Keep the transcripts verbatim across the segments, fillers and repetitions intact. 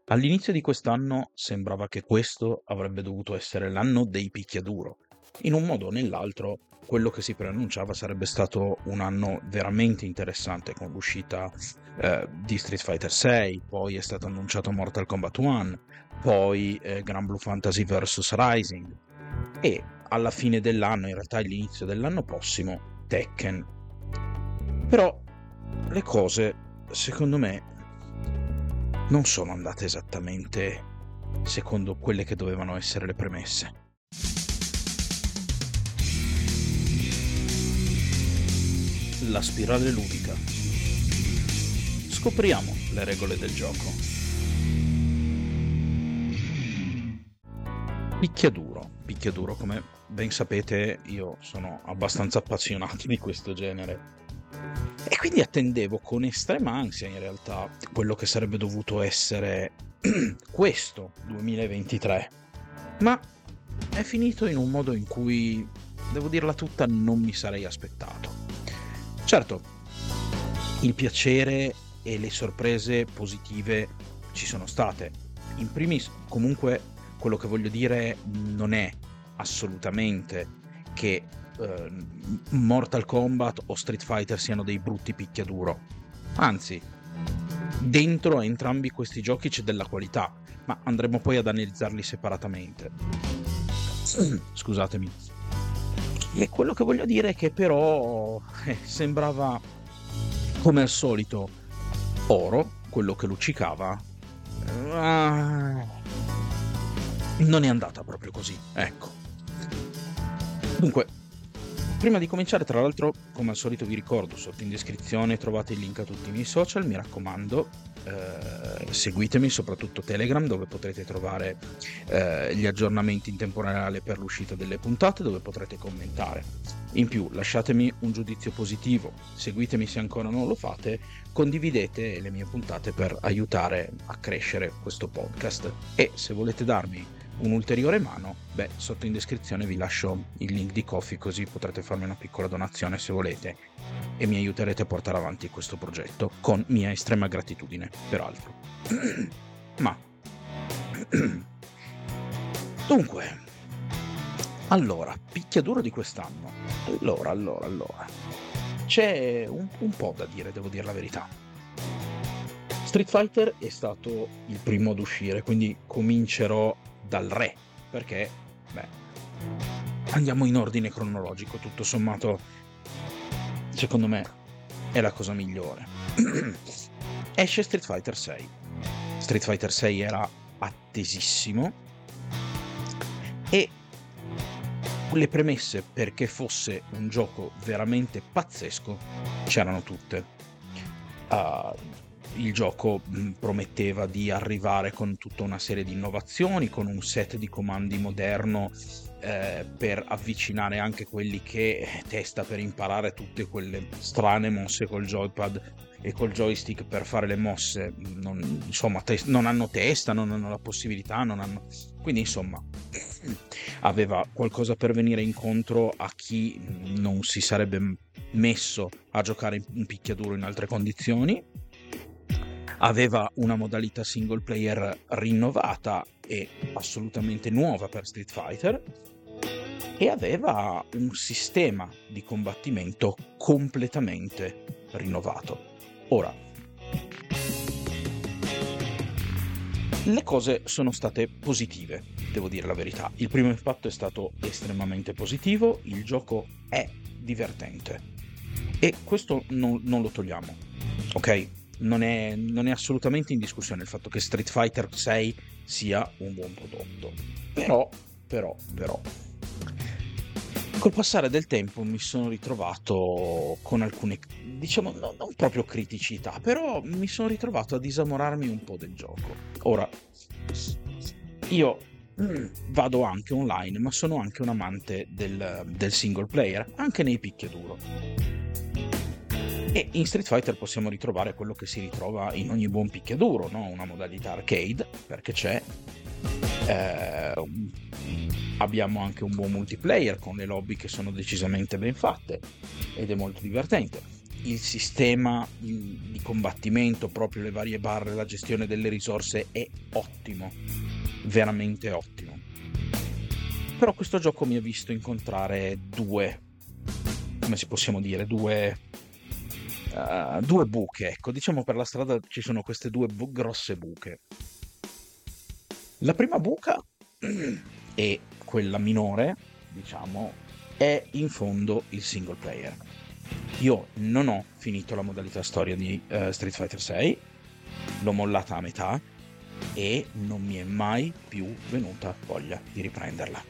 All'inizio di quest'anno sembrava che questo avrebbe dovuto essere l'anno dei picchiaduro. In un modo o nell'altro, quello che si preannunciava sarebbe stato un anno veramente interessante con l'uscita eh, di Street Fighter sei, poi è stato annunciato Mortal Kombat uno, poi eh, Gran Blue Fantasy versus. Rising e alla fine dell'anno, in realtà all'inizio dell'anno prossimo, Tekken. Però le cose, secondo me, non sono andate esattamente secondo quelle che dovevano essere le premesse. La spirale ludica. Scopriamo le regole del gioco. Picchiaduro. Picchiaduro, come ben sapete, io sono abbastanza appassionato di questo genere. E quindi attendevo con estrema ansia, in realtà, quello che sarebbe dovuto essere questo duemilaventitré. Ma è finito in un modo in cui, devo dirla tutta, non mi sarei aspettato. Certo, il piacere e le sorprese positive ci sono state. In primis, comunque, quello che voglio dire non è assolutamente che eh, Mortal Kombat o Street Fighter siano dei brutti picchiaduro. Anzi, dentro a entrambi questi giochi c'è della qualità, ma andremo poi ad analizzarli separatamente. Scusatemi. E quello che voglio dire è che però eh, sembrava, come al solito, oro, quello che luccicava. Ah, non è andata proprio così, ecco. Dunque, prima di cominciare, tra l'altro, come al solito vi ricordo, sotto in descrizione trovate il link a tutti i miei social, mi raccomando, eh, seguitemi, soprattutto Telegram, dove potrete trovare eh, gli aggiornamenti in tempo reale per l'uscita delle puntate, dove potrete commentare. In più, lasciatemi un giudizio positivo, seguitemi se ancora non lo fate, condividete le mie puntate per aiutare a crescere questo podcast e se volete darmi un'ulteriore mano, beh, sotto in descrizione vi lascio il link di Ko-fi, così potrete farmi una piccola donazione se volete e mi aiuterete a portare avanti questo progetto con mia estrema gratitudine, peraltro. Ma dunque, allora, picchiaduro di quest'anno. Allora, allora, allora. C'è un, un po' da dire, devo dire la verità. Street Fighter è stato il primo ad uscire, quindi comincerò dal re, perché, beh, andiamo in ordine cronologico, tutto sommato, secondo me, è la cosa migliore. Esce Street Fighter sei. Street Fighter sei era attesissimo e le premesse perché fosse un gioco veramente pazzesco c'erano tutte. Uh, il gioco mh, prometteva di arrivare con tutta una serie di innovazioni, con un set di comandi moderno eh, per avvicinare anche quelli che eh, testa per imparare tutte quelle strane mosse col joypad e col joystick per fare le mosse, non, insomma, te- non hanno testa, non hanno la possibilità, non hanno... quindi insomma aveva qualcosa per venire incontro a chi non si sarebbe messo a giocare un picchiaduro in altre condizioni. Aveva una modalità single player rinnovata e assolutamente nuova per Street Fighter e aveva un sistema di combattimento completamente rinnovato. Ora, le cose sono state positive, devo dire la verità. Il primo impatto è stato estremamente positivo, il gioco è divertente e questo non, non lo togliamo, ok? Non è, non è assolutamente in discussione il fatto che Street Fighter sei sia un buon prodotto. Però, però, però, col passare del tempo mi sono ritrovato con alcune, diciamo, no, non proprio criticità, però mi sono ritrovato a disamorarmi un po' del gioco. Ora, io mm, vado anche online, ma sono anche un amante del, del single player, anche nei picchiaduro. E in Street Fighter possiamo ritrovare quello che si ritrova in ogni buon picchiaduro, no? Una modalità arcade, perché c'è. Eh, abbiamo anche un buon multiplayer con le lobby che sono decisamente ben fatte ed è molto divertente. il sistema di, di combattimento, proprio le varie barre, la gestione delle risorse è ottimo, veramente ottimo. Però questo gioco mi ha visto incontrare due, come si possiamo dire, due, uh, due buche, ecco, diciamo per la strada ci sono queste due bu- grosse buche. La prima buca è quella minore, diciamo, è in fondo il single player. Io non ho finito la modalità storia di uh, Street Fighter sei, l'ho mollata a metà e non mi è mai più venuta voglia di riprenderla.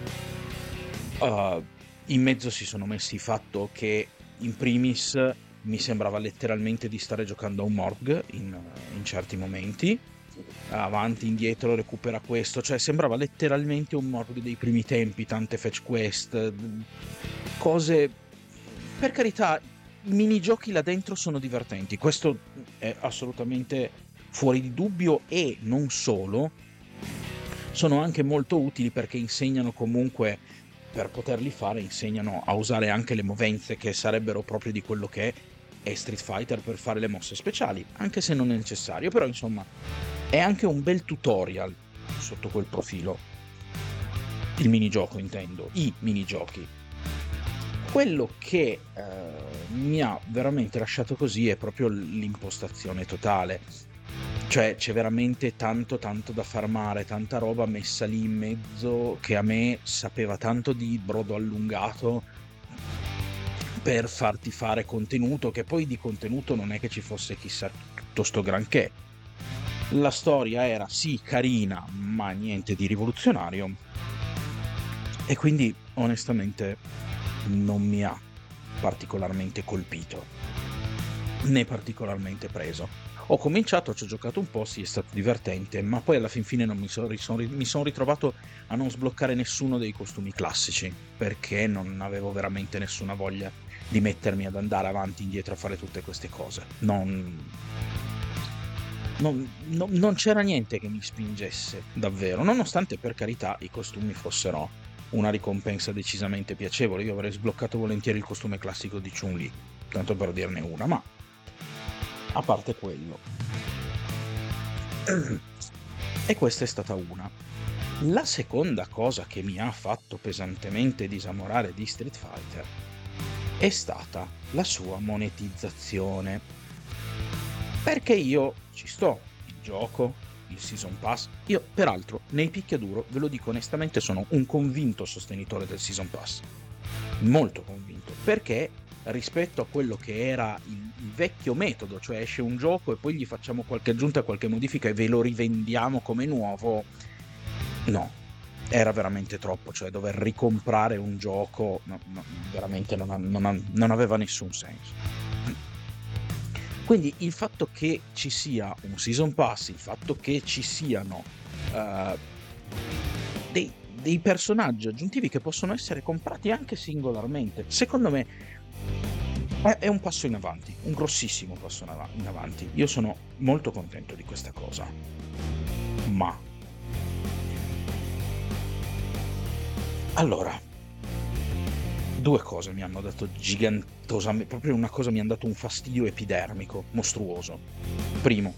Uh, in mezzo si sono messi il fatto che in primis mi sembrava letteralmente di stare giocando a un Morg in, in certi momenti, avanti, indietro, recupera questo, cioè sembrava letteralmente un Morg dei primi tempi, tante fetch quest, cose, per carità, i minigiochi là dentro sono divertenti, questo è assolutamente fuori di dubbio, e non solo, sono anche molto utili perché insegnano comunque, per poterli fare, insegnano a usare anche le movenze che sarebbero proprio di quello che è Street Fighter per fare le mosse speciali, anche se non è necessario, però insomma è anche un bel tutorial sotto quel profilo. Il minigioco intendo, i minigiochi. Quello che eh, mi ha veramente lasciato così è proprio l'impostazione totale. Cioè c'è veramente tanto tanto da farmare, tanta roba messa lì in mezzo che a me sapeva tanto di brodo allungato per farti fare contenuto, che poi di contenuto non è che ci fosse chissà tutto sto granché. La storia era sì carina, ma niente di rivoluzionario, e quindi onestamente non mi ha particolarmente colpito né particolarmente preso. Ho cominciato, ci ho giocato un po', sì, è stato divertente, ma poi alla fin fine non mi sono son, mi son ritrovato a non sbloccare nessuno dei costumi classici, perché non avevo veramente nessuna voglia di mettermi ad andare avanti e indietro a fare tutte queste cose. Non, non, non, non c'era niente che mi spingesse davvero, nonostante per carità i costumi fossero una ricompensa decisamente piacevole. Io avrei sbloccato volentieri il costume classico di Chun-Li, tanto per dirne una, ma a parte quello. E questa è stata una. La seconda cosa che mi ha fatto pesantemente disamorare di Street Fighter è stata la sua monetizzazione. Perché io ci sto, il gioco, il Season Pass. Io, peraltro, nei picchiaduro, ve lo dico onestamente, sono un convinto sostenitore del Season Pass. Molto convinto. Perché rispetto a quello che era il, il vecchio metodo, cioè esce un gioco e poi gli facciamo qualche aggiunta, qualche modifica e ve lo rivendiamo come nuovo, no, era veramente troppo, cioè dover ricomprare un gioco no, no, veramente non, ha, non, ha, non aveva nessun senso. Quindi il fatto che ci sia un Season Pass, il fatto che ci siano uh, dei, dei personaggi aggiuntivi che possono essere comprati anche singolarmente, secondo me è un passo in avanti, un grossissimo passo in avanti. Io sono molto contento di questa cosa. Ma allora, due cose mi hanno dato gigantosamente, proprio una cosa mi hanno dato un fastidio epidermico mostruoso. Primo,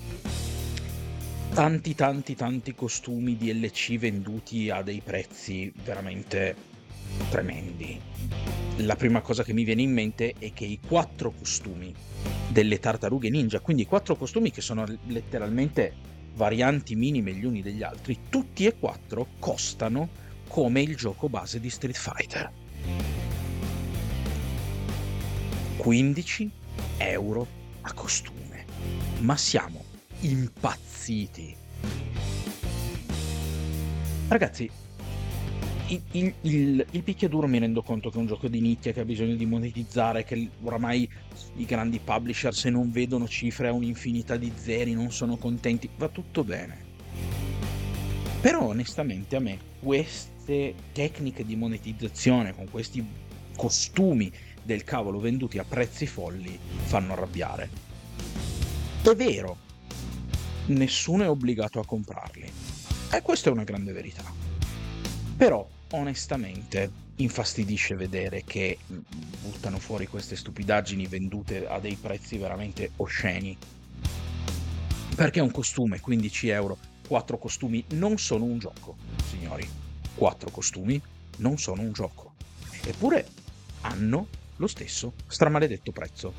tanti tanti tanti costumi D L C venduti a dei prezzi veramente tremendi. La prima cosa che mi viene in mente è che i quattro costumi delle tartarughe ninja, quindi quattro costumi che sono letteralmente varianti minime gli uni degli altri, tutti e quattro costano come il gioco base di Street Fighter. quindici euro a costume. Ma siamo impazziti. Ragazzi, Il, il, il, il picchiaduro mi rendo conto che è un gioco di nicchia, che ha bisogno di monetizzare, che oramai i grandi publisher, se non vedono cifre a un'infinità di zeri, non sono contenti, va tutto bene. Però onestamente a me queste tecniche di monetizzazione con questi costumi del cavolo venduti a prezzi folli fanno arrabbiare. È vero, nessuno è obbligato a comprarli, e questa è una grande verità. Però onestamente infastidisce vedere che mh, buttano fuori queste stupidaggini vendute a dei prezzi veramente osceni. Perché un costume quindici euro, quattro costumi non sono un gioco, signori. quattro costumi non sono un gioco. Eppure hanno lo stesso stramaledetto prezzo.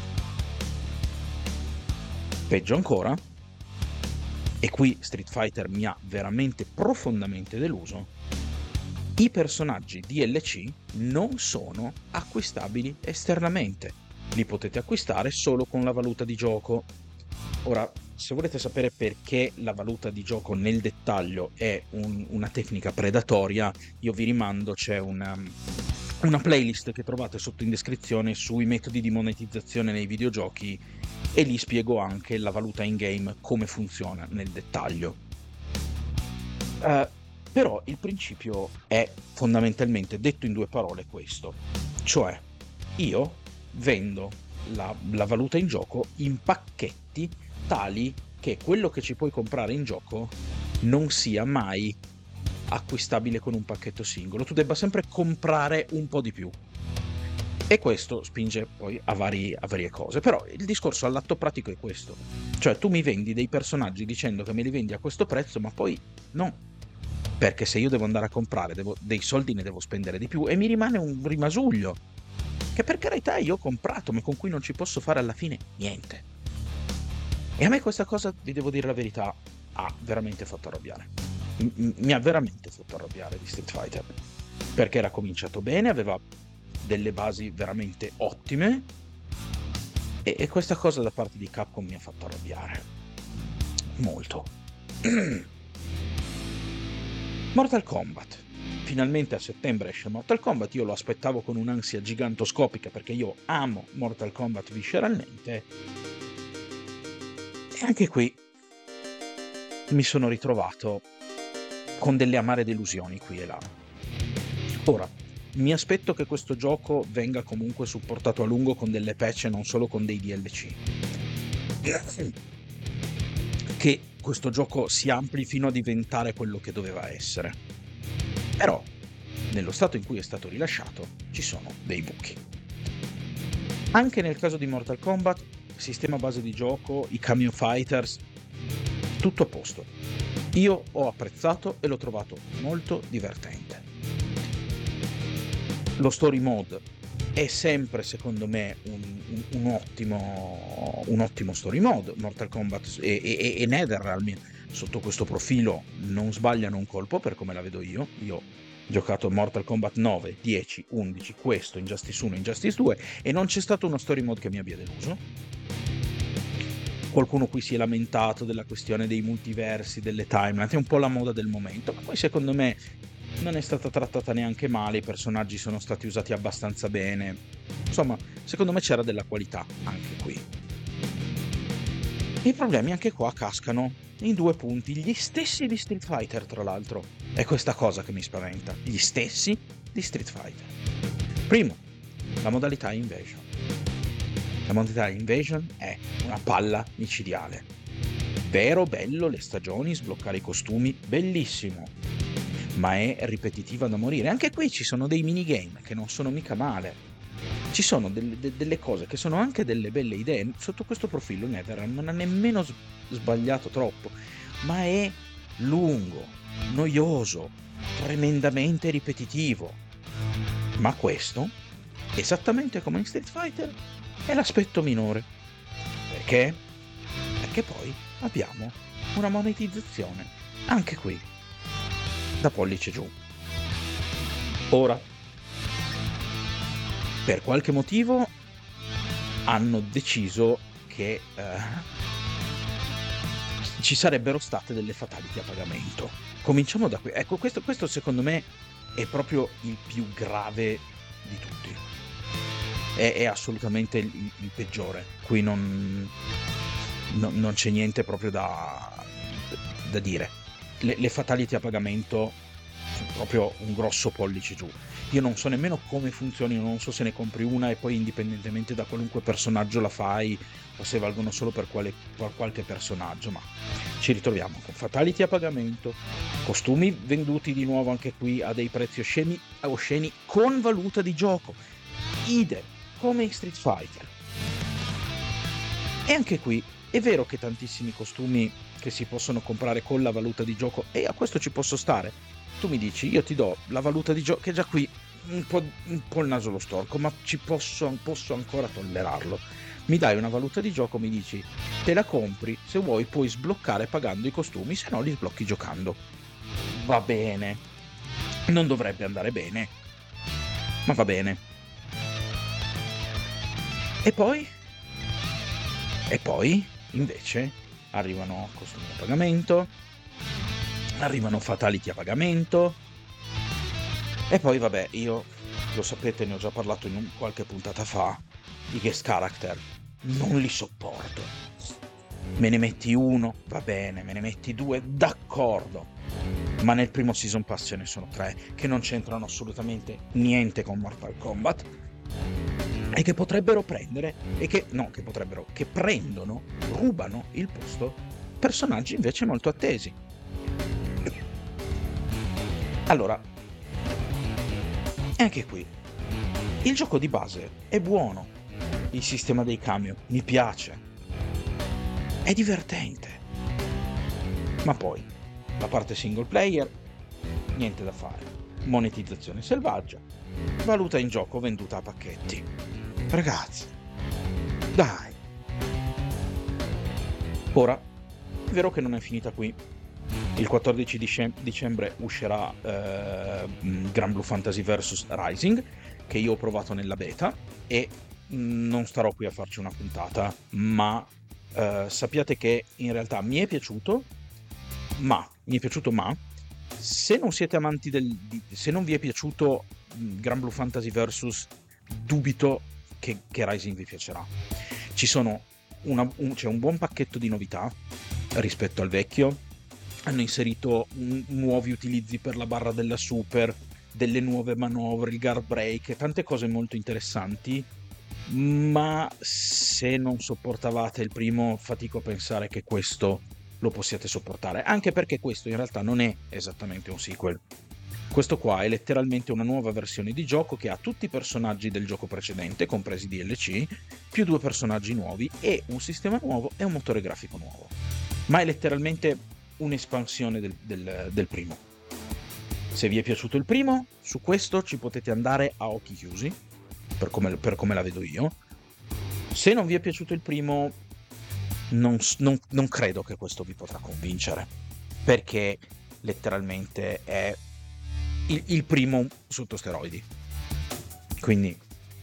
Peggio ancora, e qui Street Fighter mi ha veramente profondamente deluso, i personaggi D L C non sono acquistabili esternamente. Li potete acquistare solo con la valuta di gioco. Ora, se volete sapere perché la valuta di gioco nel dettaglio è un, una tecnica predatoria, io vi rimando, c'è una, una playlist che trovate sotto in descrizione sui metodi di monetizzazione nei videogiochi, e lì spiego anche la valuta in game, come funziona nel dettaglio. Uh, però il principio è fondamentalmente, detto in due parole, questo. Cioè, io vendo la, la valuta in gioco in pacchetti tali che quello che ci puoi comprare in gioco non sia mai acquistabile con un pacchetto singolo. Tu debba sempre comprare un po' di più. E questo spinge poi a, vari, a varie cose. Però il discorso all'atto pratico è questo. Cioè, tu mi vendi dei personaggi dicendo che me li vendi a questo prezzo, ma poi no. Perché se io devo andare a comprare devo, dei soldi ne devo spendere di più, e mi rimane un rimasuglio che, per carità, io ho comprato, ma con cui non ci posso fare alla fine niente. E a me questa cosa, vi devo dire la verità, ha veramente fatto arrabbiare. M- mi ha veramente fatto arrabbiare di Street Fighter. Perché era cominciato bene, aveva delle basi veramente ottime, e, e questa cosa da parte di Capcom mi ha fatto arrabbiare. Molto. Mortal Kombat. Finalmente a settembre esce Mortal Kombat, io lo aspettavo con un'ansia gigantoscopica perché io amo Mortal Kombat visceralmente, e anche qui mi sono ritrovato con delle amare delusioni qui e là. Ora, mi aspetto che questo gioco venga comunque supportato a lungo con delle patch e non solo con dei D L C. Che questo gioco si ampli fino a diventare quello che doveva essere. Però, nello stato in cui è stato rilasciato, ci sono dei buchi. Anche nel caso di Mortal Kombat, sistema base di gioco, i Cameo Fighters, tutto a posto. Io ho apprezzato e l'ho trovato molto divertente. Lo story mode è sempre, secondo me, un, un, un, ottimo, un ottimo story mode. Mortal Kombat e, e, e NetherRealm sotto questo profilo non sbagliano un colpo, per come la vedo io. Io ho giocato Mortal Kombat nove, dieci, undici, questo, Injustice uno, Injustice due, e non c'è stato uno story mode che mi abbia deluso. Qualcuno qui si è lamentato della questione dei multiversi, delle timeline, è un po' la moda del momento, ma poi secondo me non è stata trattata neanche male, i personaggi sono stati usati abbastanza bene, insomma, secondo me c'era della qualità anche qui. I problemi anche qua cascano in due punti, gli stessi di Street Fighter, tra l'altro. È questa cosa che mi spaventa, gli stessi di Street Fighter. Primo, la modalità Invasion. La modalità Invasion è una palla micidiale. Vero, bello, le stagioni, sbloccare i costumi, bellissimo. Ma è ripetitiva da morire. Anche qui ci sono dei minigame che non sono mica male. Ci sono delle, de, delle cose che sono anche delle belle idee. Sotto questo profilo NetherRealm non ha nemmeno sbagliato troppo, ma è lungo, noioso, tremendamente ripetitivo. Ma questo, esattamente come in Street Fighter, è l'aspetto minore. Perché? Perché poi abbiamo una monetizzazione anche qui da pollice giù. Ora, per qualche motivo hanno deciso che eh, ci sarebbero state delle fatality a pagamento. Cominciamo da qui. Ecco, questo, questo secondo me è proprio il più grave di tutti. È, è assolutamente il, il peggiore. Qui non, no, non c'è niente proprio da, da dire. Le, le fatality a pagamento sono proprio un grosso pollice giù. Io non so nemmeno come funzionino, non so se ne compri una e poi indipendentemente da qualunque personaggio la fai, o se valgono solo per, quale, per qualche personaggio, ma ci ritroviamo con fatality a pagamento, Costumi venduti di nuovo anche qui a dei prezzi osceni, osceni con valuta di gioco. Idem, come in Street Fighter. E anche qui è vero che tantissimi costumi che si possono comprare con la valuta di gioco, e a questo ci posso stare. Tu mi dici, io ti do la valuta di gioco, che già qui un po', un po' il naso lo storco, ma ci posso, posso ancora tollerarlo. Mi dai una valuta di gioco, mi dici, te la compri, se vuoi puoi sbloccare pagando i costumi, se no li sblocchi giocando. Va bene. Non dovrebbe andare bene, ma va bene. E poi? E poi, invece, arrivano costumi a pagamento, arrivano fatality a pagamento, e poi, vabbè, io, lo sapete, ne ho già parlato in un, qualche puntata fa, i guest character, non li sopporto. Me ne metti uno, va bene, me ne metti due, d'accordo, ma nel primo Season Pass ce ne sono tre, che non c'entrano assolutamente niente con Mortal Kombat, e che potrebbero prendere, e che, no, che potrebbero, che prendono, rubano il posto personaggi invece molto attesi. Allora, anche qui, il gioco di base è buono, il sistema dei cameo mi piace, è divertente, ma poi, la parte single player, niente da fare, monetizzazione selvaggia, valuta in gioco venduta a pacchetti. Ragazzi, dai. Ora, è vero che non è finita qui. Il quattordici dicembre uscirà eh, Gran Blue Fantasy versus. Rising, che io ho provato nella beta, e non starò qui a farci una puntata, ma eh, sappiate che in realtà mi è piaciuto, ma mi è piaciuto ma se non siete amanti del di, se non vi è piaciuto Gran Blue Fantasy versus, dubito che, che Rising vi piacerà. Ci sono una, un, c'è un buon pacchetto di novità rispetto al vecchio. Hanno inserito un, nuovi utilizzi per la barra della super, delle nuove manovre, il guard break, tante cose molto interessanti, ma se non sopportavate il primo, fatico a pensare che questo lo possiate sopportare, anche perché questo in realtà non è esattamente un sequel. Questo qua è letteralmente una nuova versione di gioco che ha tutti i personaggi del gioco precedente, compresi D L C, più due personaggi nuovi e un sistema nuovo e un motore grafico nuovo. Ma è letteralmente un'espansione del, del, del primo. Se vi è piaciuto il primo, su questo ci potete andare a occhi chiusi, per come, per come la vedo io. Se non vi è piaciuto il primo, non, non, non credo che questo vi potrà convincere, perché letteralmente è il, il primo sotto steroidi. Quindi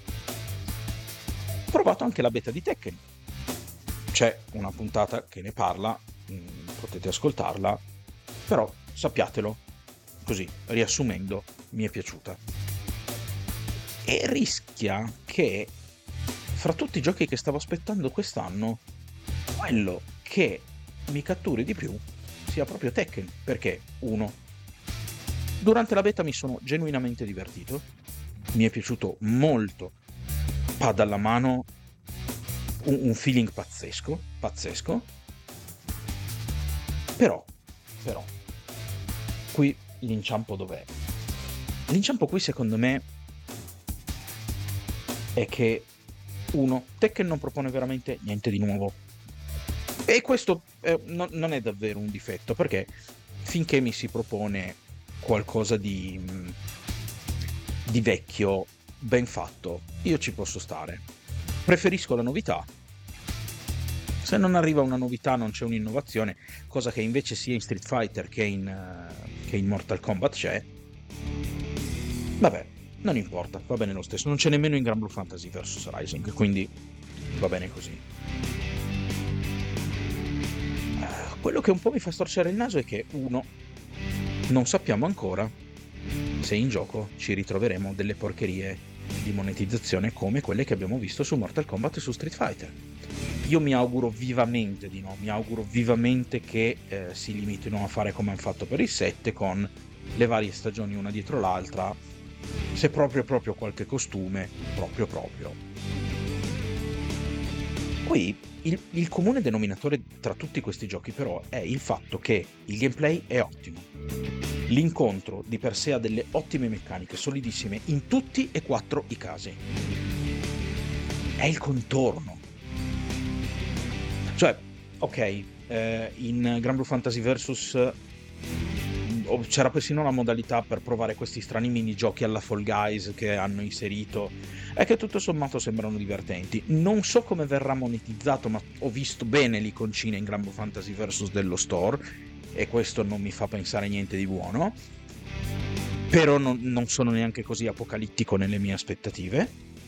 ho provato anche la beta di Tekken, c'è una puntata che ne parla, mh, potete ascoltarla, però sappiatelo, così riassumendo, mi è piaciuta. E rischia che fra tutti i giochi che stavo aspettando quest'anno, quello che mi catturi di più sia proprio Tekken, perché uno, durante la beta mi sono genuinamente divertito, mi è piaciuto molto, pad alla mano, un, un feeling pazzesco, pazzesco, però, però, qui l'inciampo dov'è? L'inciampo qui secondo me è che uno, Tekken non propone veramente niente di nuovo, e questo eh, no, non è davvero un difetto, perché finché mi si propone qualcosa di, di vecchio, ben fatto, io ci posso stare. Preferisco la novità. Se non arriva una novità non c'è un'innovazione, cosa che invece sia in Street Fighter che in, uh, che in Mortal Kombat c'è. Vabbè, non importa, va bene lo stesso. Non c'è nemmeno in Gran Blue Fantasy versus. Rising, quindi va bene così. Uh, quello che un po' mi fa storcere il naso è che, uno, non sappiamo ancora se in gioco ci ritroveremo delle porcherie di monetizzazione come quelle che abbiamo visto su Mortal Kombat e su Street Fighter. Io mi auguro vivamente di no, mi auguro vivamente che eh, si limitino a fare come hanno fatto per il sette, con le varie stagioni una dietro l'altra, se proprio proprio qualche costume, proprio proprio. Poi il, il comune denominatore tra tutti questi giochi però è il fatto che il gameplay è ottimo. L'incontro di per sé ha delle ottime meccaniche, solidissime, in tutti e quattro i casi. È il contorno. Cioè, ok, eh, in Gran Blue Fantasy Versus oh, c'era persino la modalità per provare questi strani minigiochi alla Fall Guys che hanno inserito e che tutto sommato sembrano divertenti. Non so come verrà monetizzato, ma ho visto bene l'iconcina in Gran Blue Fantasy Versus dello store e questo non mi fa pensare niente di buono, però non, non sono neanche così apocalittico nelle mie aspettative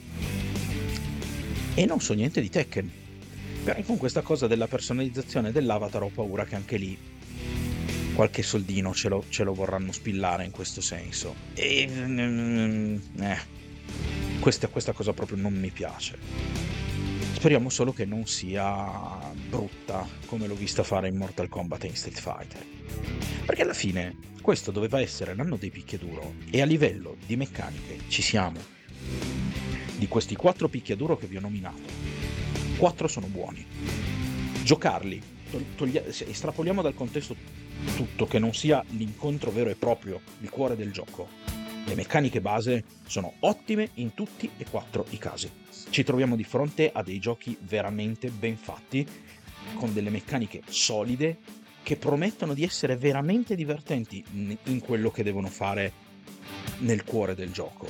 e non so niente di Tekken. Però con questa cosa della personalizzazione dell'avatar ho paura che anche lì qualche soldino ce lo, ce lo vorranno spillare in questo senso. E eh, questa, questa cosa proprio non mi piace. Speriamo solo che non sia brutta come l'ho vista fare in Mortal Kombat e in Street Fighter. Perché alla fine questo doveva essere l'anno dei picchiaduro e a livello di meccaniche ci siamo. Di questi quattro picchiaduro che vi ho nominato, quattro sono buoni. Giocarli, togli- estrapoliamo dal contesto tutto, che non sia l'incontro vero e proprio, il cuore del gioco. Le meccaniche base sono ottime in tutti e quattro i casi. Ci troviamo di fronte a dei giochi veramente ben fatti, con delle meccaniche solide, che promettono di essere veramente divertenti in quello che devono fare nel cuore del gioco.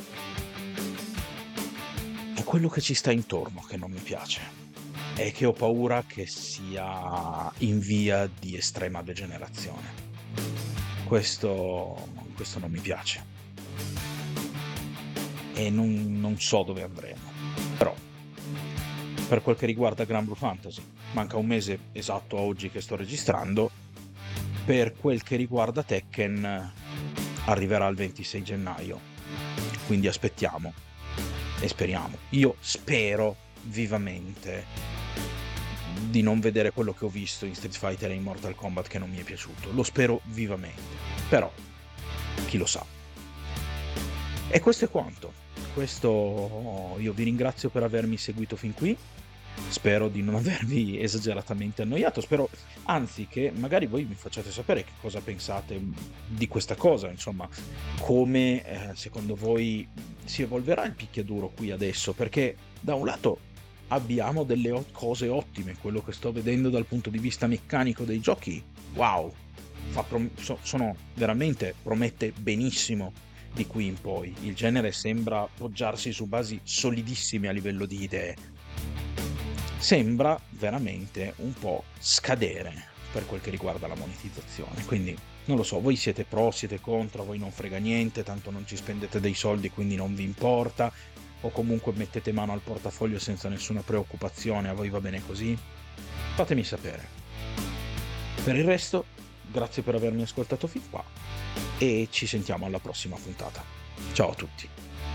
È quello che ci sta intorno che non mi piace. È che ho paura che sia in via di estrema degenerazione. Questo, questo non mi piace. E non, non so dove andremo. Però, per quel che riguarda Gran Blue Fantasy, manca un mese esatto a oggi che sto registrando. Per quel che riguarda Tekken, arriverà il ventisei gennaio. Quindi aspettiamo e speriamo. Io spero vivamente di non vedere quello che ho visto in Street Fighter e in Mortal Kombat che non mi è piaciuto. Lo spero vivamente. Però, chi lo sa. E questo è quanto. Questo io vi ringrazio per avermi seguito fin qui. Spero di non avervi esageratamente annoiato. Spero, anzi, che magari voi mi facciate sapere che cosa pensate di questa cosa. Insomma, come eh, secondo voi si evolverà il picchiaduro qui adesso. Perché da un lato abbiamo delle o- cose ottime. Quello che sto vedendo dal punto di vista meccanico dei giochi, wow, fa prom- so- sono veramente, promette benissimo. Di qui in poi il genere sembra poggiarsi su basi solidissime a livello di idee. Sembra veramente un po' scadere per quel che riguarda la monetizzazione. Quindi non lo so, voi siete pro, siete contro, a voi non frega niente, tanto non ci spendete dei soldi, quindi non vi importa, o comunque mettete mano al portafoglio senza nessuna preoccupazione, a voi va bene così? Fatemi sapere. Per il resto, grazie per avermi ascoltato fin qua e ci sentiamo alla prossima puntata. Ciao a tutti.